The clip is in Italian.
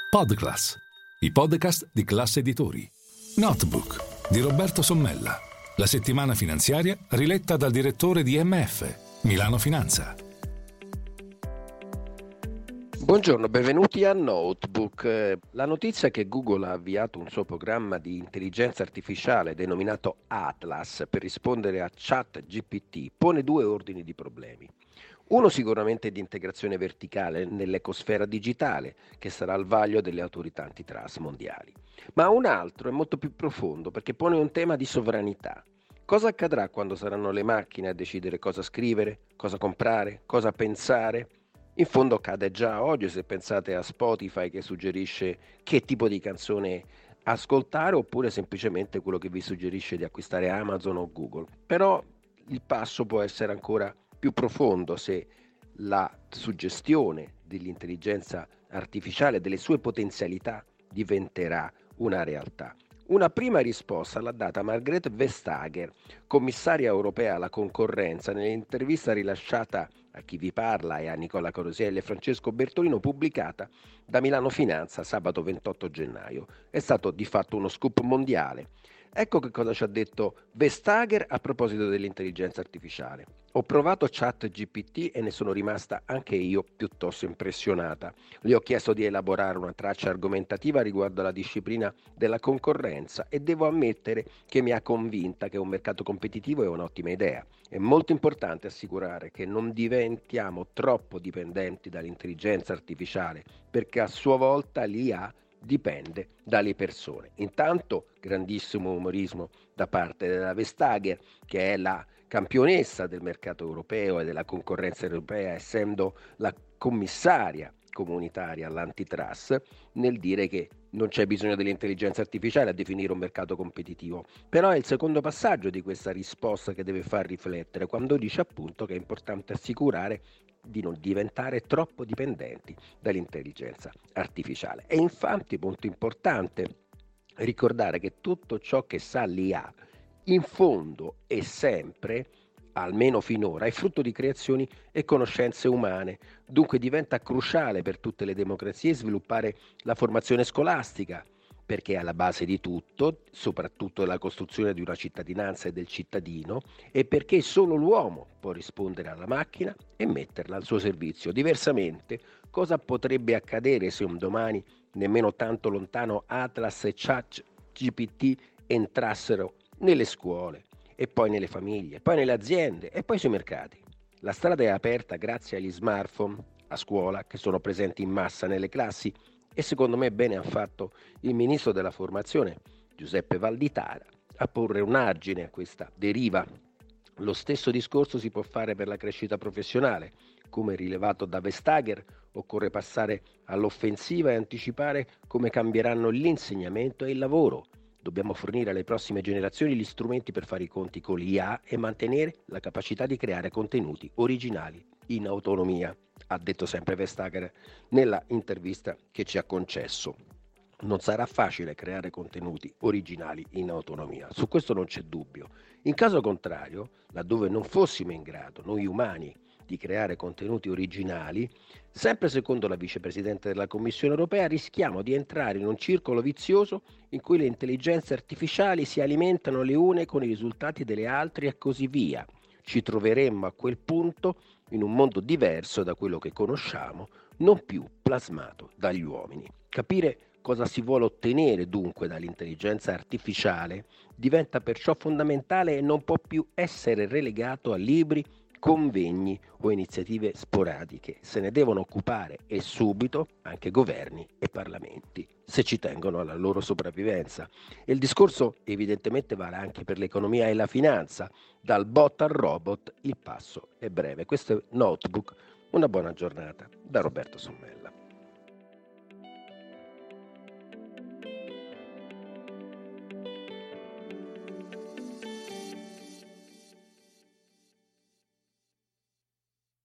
Podclass, i podcast di Classe Editori. Notebook di Roberto Sommella, la settimana finanziaria riletta dal direttore di MF, Milano Finanza. Buongiorno, benvenuti a Notebook. La notizia è che Google ha avviato un suo programma di intelligenza artificiale denominato Atlas per rispondere a ChatGPT pone due ordini di problemi. Uno sicuramente di integrazione verticale nell'ecosfera digitale, che sarà al vaglio delle autorità antitrust mondiali. Ma un altro è molto più profondo perché pone un tema di sovranità. Cosa accadrà quando saranno le macchine a decidere cosa scrivere, cosa comprare, cosa pensare? In fondo accade già oggi, se pensate a Spotify che suggerisce che tipo di canzone ascoltare, oppure semplicemente quello che vi suggerisce di acquistare Amazon o Google. Però il passo può essere ancora più profondo se la suggestione dell'intelligenza artificiale, delle sue potenzialità, diventerà una realtà. Una prima risposta l'ha data Margrethe Vestager, commissaria europea alla concorrenza, nell'intervista rilasciata a Chi vi parla e a Nicola Carosielli e Francesco Bertolino, pubblicata da Milano Finanza sabato 28 gennaio. È stato di fatto uno scoop mondiale. Ecco che cosa ci ha detto Vestager a proposito dell'intelligenza artificiale. Ho provato ChatGPT e ne sono rimasta anche io piuttosto impressionata. Gli ho chiesto di elaborare una traccia argomentativa riguardo alla disciplina della concorrenza e devo ammettere che mi ha convinta che un mercato competitivo è un'ottima idea. È molto importante assicurare che non diventiamo troppo dipendenti dall'intelligenza artificiale, perché a sua volta l'IA dipende dalle persone. Intanto, grandissimo umorismo da parte della Vestager, che è la campionessa del mercato europeo e della concorrenza europea, essendo la commissaria comunitaria all'antitrust, nel dire che non c'è bisogno dell'intelligenza artificiale a definire un mercato competitivo. Però è il secondo passaggio di questa risposta che deve far riflettere, quando dice appunto che è importante assicurare di non diventare troppo dipendenti dall'intelligenza artificiale. E infatti, molto importante ricordare che tutto ciò che sa l'IA in fondo e sempre, almeno finora, è frutto di creazioni e conoscenze umane. Dunque diventa cruciale per tutte le democrazie sviluppare la formazione scolastica, perché è alla base di tutto, soprattutto la costruzione di una cittadinanza e del cittadino, e perché solo l'uomo può rispondere alla macchina e metterla al suo servizio. Diversamente, cosa potrebbe accadere se un domani nemmeno tanto lontano Atlas e ChatGPT entrassero nelle scuole, e poi nelle famiglie, poi nelle aziende e poi sui mercati? La strada è aperta grazie agli smartphone a scuola, che sono presenti in massa nelle classi, e secondo me bene ha fatto il ministro della formazione, Giuseppe Valditara, a porre un argine a questa deriva. Lo stesso discorso si può fare per la crescita professionale. Come rilevato da Vestager, occorre passare all'offensiva e anticipare come cambieranno l'insegnamento e il lavoro. Dobbiamo fornire alle prossime generazioni gli strumenti per fare i conti con l'IA e mantenere la capacità di creare contenuti originali in autonomia, ha detto sempre Vestager nella intervista che ci ha concesso. Non sarà facile creare contenuti originali in autonomia, su questo non c'è dubbio. In caso contrario, laddove non fossimo in grado, noi umani, di creare contenuti originali, sempre secondo la vicepresidente della Commissione europea, rischiamo di entrare in un circolo vizioso in cui le intelligenze artificiali si alimentano le une con i risultati delle altre e così via. Ci troveremmo a quel punto in un mondo diverso da quello che conosciamo, non più plasmato dagli uomini. Capire cosa si vuole ottenere dunque dall'intelligenza artificiale diventa perciò fondamentale e non può più essere relegato a libri, convegni o iniziative sporadiche. Se ne devono occupare e subito anche governi e parlamenti, se ci tengono alla loro sopravvivenza. E il discorso evidentemente vale anche per l'economia e la finanza. Dal bot al robot il passo è breve. Questo è Notebook. Una buona giornata da Roberto Sommella.